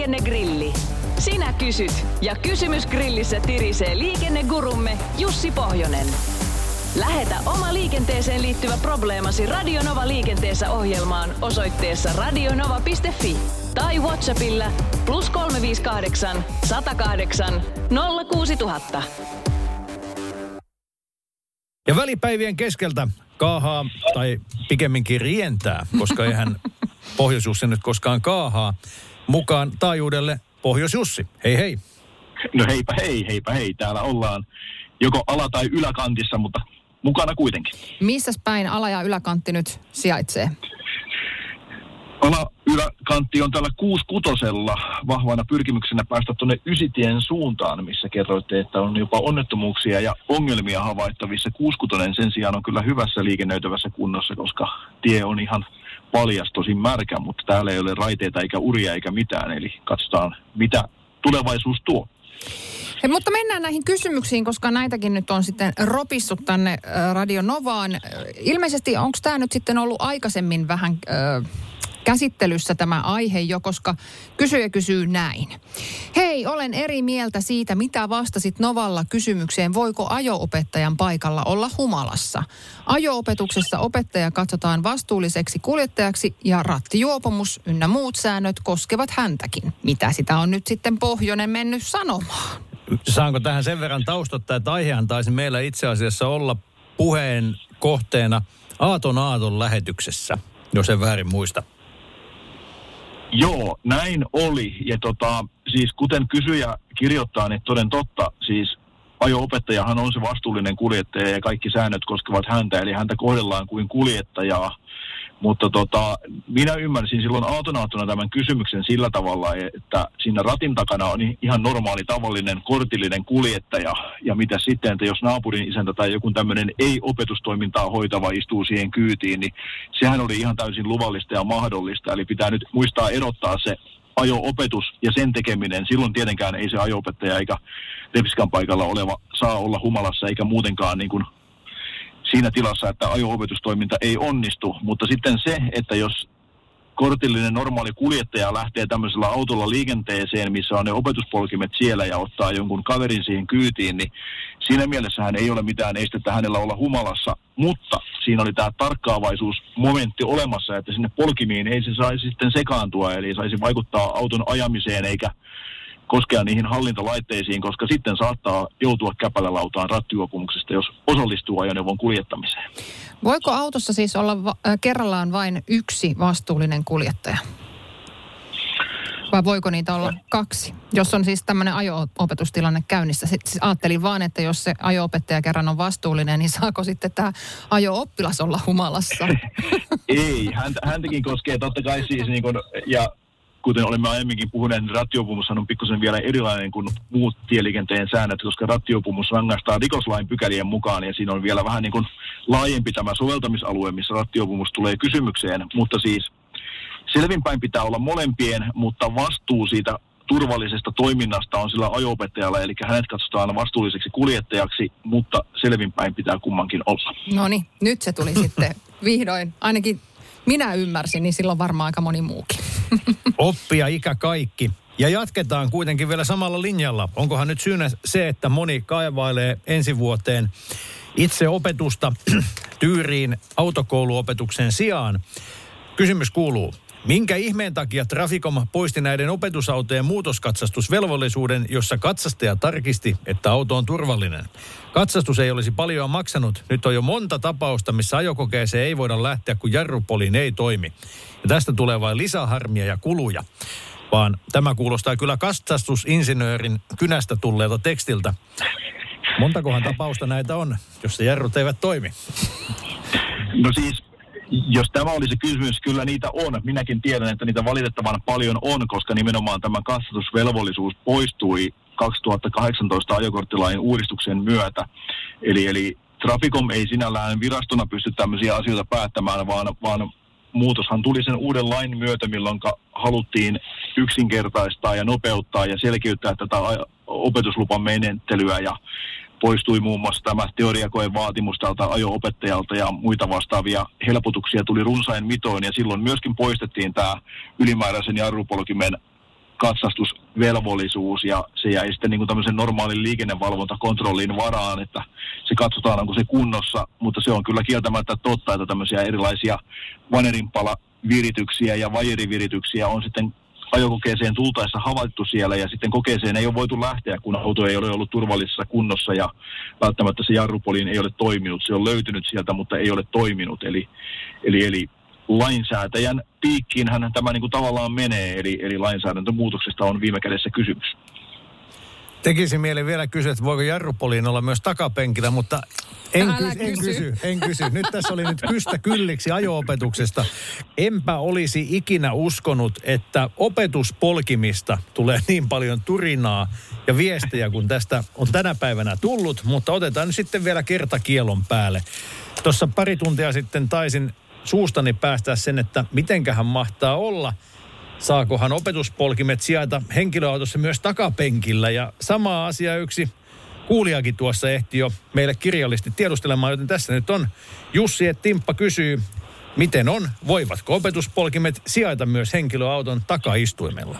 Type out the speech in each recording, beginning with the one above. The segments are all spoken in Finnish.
Liikennegrilli. Sinä kysyt ja kysymys grillissä tirisee liikennegurumme Jussi Pohjonen. Lähetä oma liikenteeseen liittyvä probleemasi Radio Nova liikenteessä ohjelmaan osoitteessa radionova.fi tai WhatsAppilla +358 108 06000. Ja välipäivien keskeltä kaahaa, tai pikemminkin rientää, koska eihän Pohjois-Jussi nyt koskaan kaahaa, mukaan taajuudelle Pohjois-Jussi. Hei hei. No heipä hei. Täällä ollaan joko ala- tai yläkantissa, mutta mukana kuitenkin. Missäs päin ala- ja yläkantti nyt sijaitsee? Yläkantti on täällä 66:lla vahvana pyrkimyksenä päästä tuonne Ysitien suuntaan, missä kerroitte, että on jopa onnettomuuksia ja ongelmia havaittavissa. 66 sen sijaan on kyllä hyvässä liikennöitävässä kunnossa, koska tie on ihan paljas, tosi märkä, mutta täällä ei ole raiteita eikä uria eikä mitään. Eli katsotaan, mitä tulevaisuus tuo. Hei, mutta mennään näihin kysymyksiin, koska näitäkin nyt on sitten ropissut tänne Radio Novaan. Ilmeisesti onko tämä nyt sitten ollut aikaisemmin vähän käsittelyssä tämä aihe jo, koska kysyjä kysyy näin. Hei, olen eri mieltä siitä, mitä vastasit Novalla kysymykseen, voiko ajo-opettajan paikalla olla humalassa. Ajo-opetuksessa opettaja katsotaan vastuulliseksi kuljettajaksi ja rattijuopumus ynnä muut säännöt koskevat häntäkin. Mitä sitä on nyt sitten Pohjonen mennyt sanomaan? Saanko tähän sen verran taustottaa, että aihehan taisi meillä itse asiassa olla puheen kohteena Aaton lähetyksessä, jos en väärin muista. Joo, näin oli. Ja siis kuten kysyjä kirjoittaa, niin toden totta, siis ajo-opettajahan on se vastuullinen kuljettaja ja kaikki säännöt koskevat häntä, eli häntä kohdellaan kuin kuljettajaa. Mutta minä ymmärsin silloin aatonaattona tämän kysymyksen sillä tavalla, että siinä ratin takana on ihan normaali tavallinen kortillinen kuljettaja. Ja mitä sitten, että jos naapurin isäntä tai joku tämmöinen ei-opetustoimintaa hoitava istuu siihen kyytiin, niin sehän oli ihan täysin luvallista ja mahdollista. Eli pitää nyt muistaa erottaa se ajo-opetus ja sen tekeminen. Silloin tietenkään ei se ajo-opettaja eikä Lepskan paikalla oleva saa olla humalassa eikä muutenkaan niin kuin siinä tilassa, että ajo-opetustoiminta ei onnistu, mutta sitten se, että jos kortillinen normaali kuljettaja lähtee tämmöisellä autolla liikenteeseen, missä on ne opetuspolkimet siellä ja ottaa jonkun kaverin siihen kyytiin, niin siinä mielessähän ei ole mitään estettä hänellä olla humalassa, mutta siinä oli tämä tarkkaavaisuusmomentti olemassa, että sinne polkimiin ei se saisi sitten sekaantua, eli saisi vaikuttaa auton ajamiseen eikä koskea niihin hallintalaitteisiin, koska sitten saattaa joutua käpälälautaan rattijuopumuksesta, jos osallistuu ajoneuvon kuljettamiseen. Voiko autossa siis olla kerrallaan vain yksi vastuullinen kuljettaja? Vai voiko niitä olla kaksi? Jos on siis tämmöinen ajo-opetustilanne käynnissä. Siis ajattelin vaan, että jos se ajo-opettaja kerran on vastuullinen, niin saako sitten tämä ajo-oppilas olla humalassa? Ei, häntäkin koskee totta kai siis niin kuin, ja kuten olemme aiemminkin puhuneet, niin rattijuopumushan on pikkusen vielä erilainen kuin muut tieliikenteen säännöt, koska rattijuopumus rangaistaan rikoslain pykälien mukaan, ja siinä on vielä vähän niin kuin laajempi tämä soveltamisalue, missä rattijuopumus tulee kysymykseen. Mutta siis selvinpäin pitää olla molempien, mutta vastuu siitä turvallisesta toiminnasta on sillä ajo-opettajalla, eli hänet katsotaan vastuulliseksi kuljettajaksi, mutta selvinpäin pitää kummankin olla. No niin, nyt se tuli sitten vihdoin. Ainakin minä ymmärsin, niin silloin varmaan aika moni muukin. Oppia ikä kaikki. Ja jatketaan kuitenkin vielä samalla linjalla. Onkohan nyt syynä se, että moni kaivailee ensi vuoteen itse opetusta tyyriin autokouluopetuksen sijaan? Kysymys kuuluu, minkä ihmeen takia Traficom poisti näiden opetusautojen muutoskatsastusvelvollisuuden, jossa katsastaja tarkisti, että auto on turvallinen? Katsastus ei olisi paljon maksanut. Nyt on jo monta tapausta, missä ajokokeeseen ei voida lähteä, kun jarrupoliin ei toimi. Ja tästä tulee vain lisäharmia ja kuluja. Vaan tämä kuulostaa kyllä katsastusinsinöörin kynästä tulleelta tekstiltä. Montakohan tapausta näitä on, jossa jarrut eivät toimi? No siis, jos tämä oli se kysymys, kyllä niitä on. Minäkin tiedän, että niitä valitettavan paljon on, koska nimenomaan tämä katsatusvelvollisuus poistui 2018 ajokorttilain uudistuksen myötä. Eli Traficom ei sinällään virastona pysty tämmöisiä asioita päättämään, vaan muutoshan tuli sen uuden lain myötä, milloin haluttiin yksinkertaistaa ja nopeuttaa ja selkeyttää tätä opetuslupamenettelyä ja poistui muun muassa tämä teoriakoen vaatimus tältä ajo-opettajalta ja muita vastaavia helpotuksia tuli runsain mitoin ja silloin myöskin poistettiin tämä ylimääräisen jarrupolkimen katsastusvelvollisuus ja se jäi sitten niin kuin tämmöisen normaalin liikennevalvontakontrollin varaan, että se katsotaan, onko se kunnossa, mutta se on kyllä kieltämättä totta, että tämmöisiä erilaisia vanerinpalavirityksiä ja vajerivirityksiä on sitten ajokokeeseen tultaessa havaittu siellä ja sitten kokeeseen ei ole voitu lähteä, kun auto ei ole ollut turvallisessa kunnossa ja välttämättä se jarrupoliin ei ole toiminut. Se on löytynyt sieltä, mutta ei ole toiminut. Eli lainsäätäjän piikkiinhän tämä niin kuin tavallaan menee, eli lainsäädäntömuutoksesta on viime kädessä kysymys. Tekisi mieli vielä kysyä, että voiko jarrupoliin olla myös takapenkillä, mutta en kysy. Nyt tässä oli nyt kystä kylliksi ajo-opetuksesta. Enpä olisi ikinä uskonut, että opetuspolkimista tulee niin paljon turinaa ja viestejä, kun tästä on tänä päivänä tullut, mutta otetaan nyt sitten vielä kertakielon päälle. Tuossa pari tuntia sitten taisin suustani päästää sen, että mitenköhän mahtaa olla. Saakohan opetuspolkimet sijaita henkilöautossa myös takapenkillä? Ja sama asia yksi kuulijakin tuossa ehti jo meille kirjallisesti tiedustelemaan, joten tässä nyt on Jussi et Timppa kysyy, miten on, voivatko opetuspolkimet sijaita myös henkilöauton takaistuimella?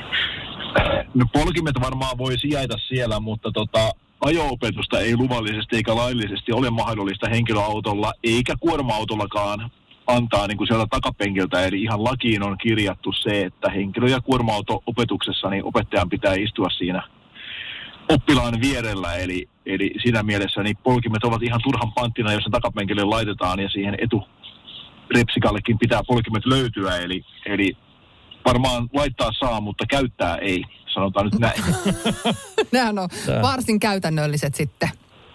No polkimet varmaan voi sijaita siellä, mutta ajo-opetusta ei luvallisesti eikä laillisesti ole mahdollista henkilöautolla eikä kuorma-autollakaan antaa niin kuin sieltä takapenkiltä, eli ihan lakiin on kirjattu se, että henkilö- ja kuorma-auto-opetuksessa niin opettajan pitää istua siinä oppilaan vierellä, eli siinä mielessä niin polkimet ovat ihan turhan panttina, jos se takapenkille laitetaan ja siihen eturepsikallekin pitää polkimet löytyä, eli varmaan laittaa saa, mutta käyttää ei, sanotaan nyt näin. Nämä on varsin käytännölliset sitten.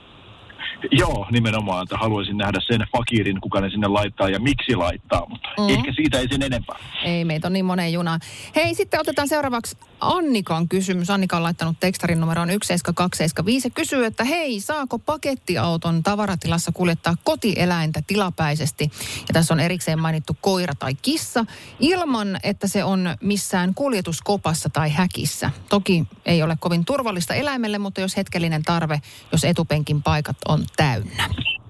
Joo, nimenomaan, että haluaisin nähdä sen fakirin, kuka ne sinne laittaa ja miksi laittaa, mutta ehkä siitä ei sen enempää. Ei, meitä on niin moneen junaan. Hei, sitten otetaan seuraavaksi Annikan kysymys. Annika on laittanut tekstarin numeroon 17275 ja kysyy, että hei, saako pakettiauton tavaratilassa kuljettaa kotieläintä tilapäisesti? Ja tässä on erikseen mainittu koira tai kissa, ilman että se on missään kuljetuskopassa tai häkissä. Toki ei ole kovin turvallista eläimelle, mutta jos hetkellinen tarve, jos etupenkin paikat on täynnä.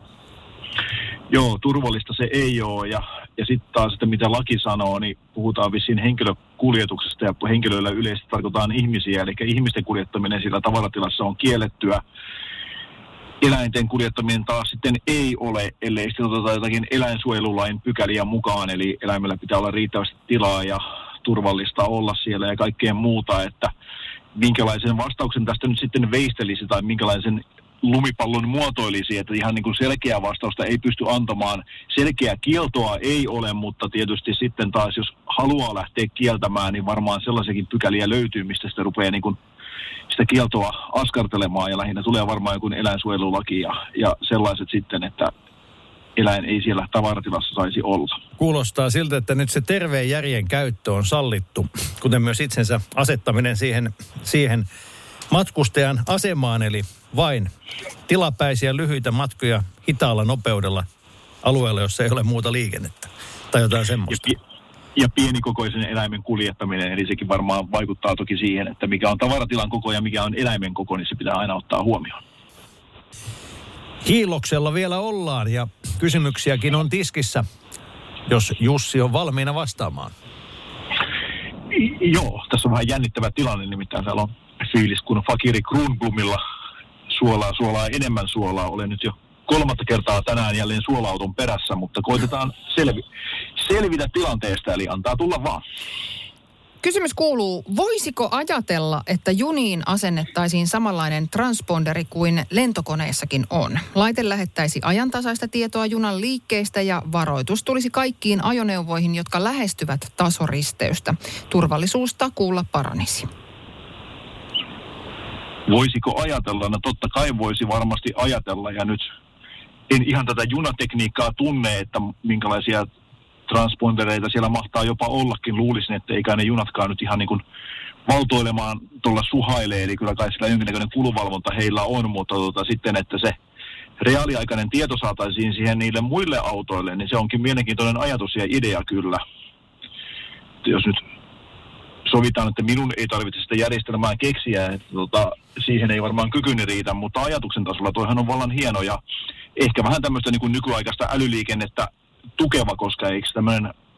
Joo, turvallista se ei ole ja sitten taas, että mitä laki sanoo, niin puhutaan vissiin henkilökuljetuksesta ja henkilöillä yleisesti tarkoitaan ihmisiä, eli ihmisten kuljettaminen sillä tavaratilassa on kiellettyä. Eläinten kuljettaminen taas sitten ei ole, ellei sitten oteta jotakin eläinsuojelulain pykäliä mukaan, eli eläimellä pitää olla riittävästi tilaa ja turvallista olla siellä ja kaikkea muuta, että minkälaisen vastauksen tästä nyt sitten veistelisi tai minkälaisen lumipallon muotoilisi, että ihan niin kuin selkeää vastausta ei pysty antamaan. Selkeää kieltoa ei ole, mutta tietysti sitten taas, jos haluaa lähteä kieltämään, niin varmaan sellaisiakin pykäliä löytyy, mistä sitä rupeaa niin kuin sitä kieltoa askartelemaan, ja lähinnä tulee varmaan joku eläinsuojelulaki ja sellaiset sitten, että eläin ei siellä tavaratilassa saisi olla. Kuulostaa siltä, että nyt se terveen järjen käyttö on sallittu, kuten myös itsensä asettaminen siihen matkustajan asemaan, eli vain tilapäisiä lyhyitä matkoja hitaalla nopeudella alueella, jossa ei ole muuta liikennettä tai jotain semmoista. Ja pienikokoisen eläimen kuljettaminen, eli sekin varmaan vaikuttaa toki siihen, että mikä on tavaratilan koko ja mikä on eläimen koko, niin se pitää aina ottaa huomioon. Hiiloksella vielä ollaan ja kysymyksiäkin on tiskissä, jos Jussi on valmiina vastaamaan. Joo, tässä on vähän jännittävä tilanne, nimittäin täällä on fiilis, kun fakiri Kronblomilla suolaa enemmän suolaa. Olen nyt jo 3. kertaa tänään jälleen suola-auton perässä, mutta koitetaan selvitä tilanteesta, eli antaa tulla vaan. Kysymys kuuluu, voisiko ajatella, että juniin asennettaisiin samanlainen transponderi kuin lentokoneessakin on? Laite lähettäisi ajantasaista tietoa junan liikkeistä ja varoitus tulisi kaikkiin ajoneuvoihin, jotka lähestyvät tasoristeystä. Turvallisuus takuulla paranisi. Voisiko ajatella? No totta kai voisi varmasti ajatella, ja nyt en ihan tätä junatekniikkaa tunne, että minkälaisia transpondereita siellä mahtaa jopa ollakin. Luulisin, että eikä ne junatkaan nyt ihan niin kuin valtoilemaan tuolla suhailee, eli kyllä kai sillä jonkinnäköinen kuluvalvonta heillä on, mutta sitten, että se reaaliaikainen tieto saataisiin siihen niille muille autoille, niin se onkin mielenkiintoinen ajatus ja idea kyllä. Jos nyt sovitaan, että minun ei tarvitse sitä järjestelmää keksiä, että siihen ei varmaan kykyni riitä, mutta ajatuksen tasolla toihan on vallan hieno ja ehkä vähän tämmöistä niin kuin nykyaikaista älyliikennettä tukeva, koska eikö tämmöinen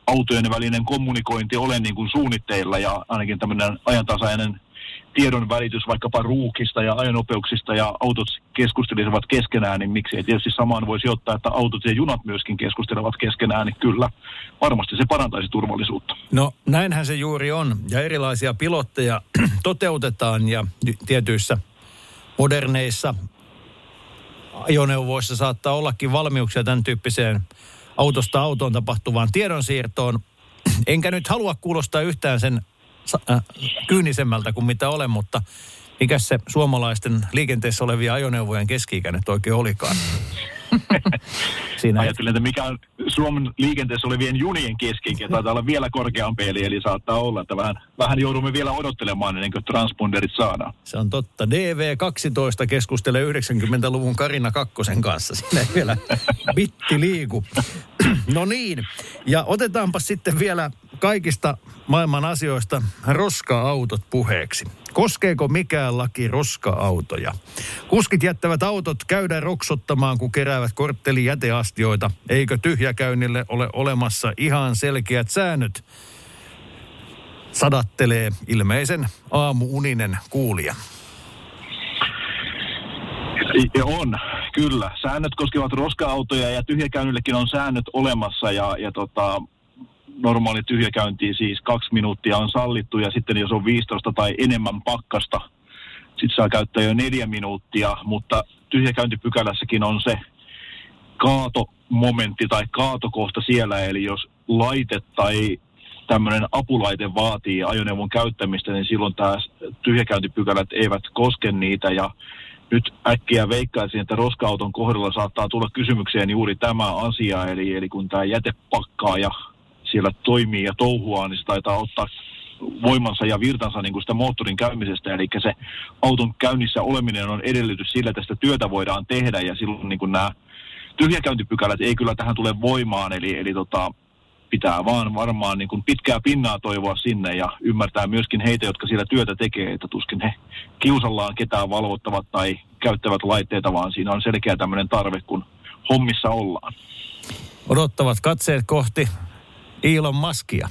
autojen välinen kommunikointi ole niin kuin suunnitteilla ja ainakin tämmöinen ajantasainen tiedon välitys vaikkapa ruuhkista ja ajonopeuksista ja autot keskustelisivat keskenään, niin miksi ei tietysti samaan voisi ottaa, että autot ja junat myöskin keskustelevat keskenään, niin kyllä varmasti se parantaisi turvallisuutta. No näinhän se juuri on ja erilaisia pilotteja toteutetaan ja tietyissä moderneissa ajoneuvoissa saattaa ollakin valmiuksia tämän tyyppiseen autosta autoon tapahtuvaan tiedonsiirtoon. Enkä nyt halua kuulostaa yhtään sen kyynisemmältä kuin mitä olen, mutta mikä se suomalaisten liikenteessä olevia ajoneuvojen keski-ikä nyt oikein olikaan? Ajattelin, että mikä on Suomen liikenteessä olevien junien keski-ikä, taitaa olla vielä korkeampi, eli saattaa olla, että vähän joudumme vielä odottelemaan ennen kuin transponderit saadaan. Se on totta. DV12 keskustelee 90-luvun Karina Kakkosen kanssa. Siinä ei vielä bitti liiku. No niin, ja otetaanpa sitten vielä kaikista maailman asioista roska-autot puheeksi. Koskeeko mikään laki roska-autoja? Kuskit jättävät autot käydä roksottamaan, kun keräävät korttelijäteastioita. Eikö tyhjäkäynnille ole olemassa ihan selkeät säännöt? Sadattelee ilmeisen aamuuninen kuulija. On, kyllä. Säännöt koskevat roska-autoja ja tyhjäkäynnillekin on säännöt olemassa ja normaali tyhjäkäynti siis 2 minuuttia on sallittu ja sitten jos on 15 tai enemmän pakkasta, sitten saa käyttää jo 4 minuuttia, mutta tyhjäkäyntipykälässäkin on se kaatomomentti tai kaatokohta siellä, eli jos laite tai tämmöinen apulaite vaatii ajoneuvon käyttämistä, niin silloin taas tyhjäkäyntipykälät eivät koske niitä ja nyt äkkiä veikkaisin, että roska-auton kohdalla saattaa tulla kysymykseen juuri tämä asia, eli kun tämä jätepakkaaja siellä toimii ja touhuaa, niin se taitaa ottaa voimansa ja virtansa niin kuin sitä moottorin käymisestä. Eli se auton käynnissä oleminen on edellytys sillä, että sitä työtä voidaan tehdä ja silloin niin kuin nämä tyhjäkäyntipykälät ei kyllä tähän tule voimaan. Eli pitää vaan varmaan niin kuin pitkää pinnaa toivoa sinne ja ymmärtää myöskin heitä, jotka siellä työtä tekee, että tuskin he kiusallaan ketään valvottavat tai käyttävät laitteita, vaan siinä on selkeä tämmöinen tarve, kun hommissa ollaan. Odottavat katseet kohti Elon Muskia.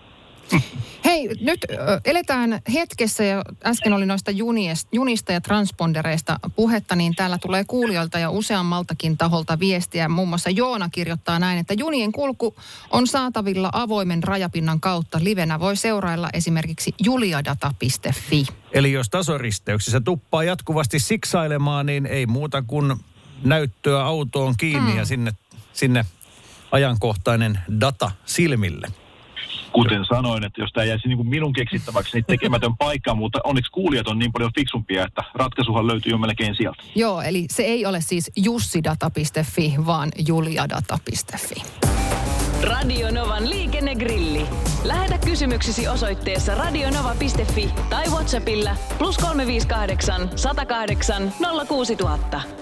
Hei, nyt eletään hetkessä ja äsken oli noista junista ja transpondereista puhetta, niin täällä tulee kuulijoilta ja useammaltakin taholta viestiä. Muun muassa Joona kirjoittaa näin, että junien kulku on saatavilla avoimen rajapinnan kautta. Livenä voi seurailla esimerkiksi juliadata.fi. Eli jos tasoristeyksissä tuppaa jatkuvasti siksailemaan, niin ei muuta kuin näyttöä autoon kiinni ja sinne ajankohtainen data silmille. Kuten sanoin, että jos tämä jäisi niin kuin minun keksittäväksi, niin tekemätön paikka, mutta onneksi kuulijat on niin paljon fiksumpia, että ratkaisuhan löytyy jo melkein sieltä. Joo, eli se ei ole siis jussidata.fi, vaan juliadata.fi. Radio Novan liikennegrilli. Lähetä kysymyksesi osoitteessa radionova.fi tai WhatsAppilla +358 108 06000.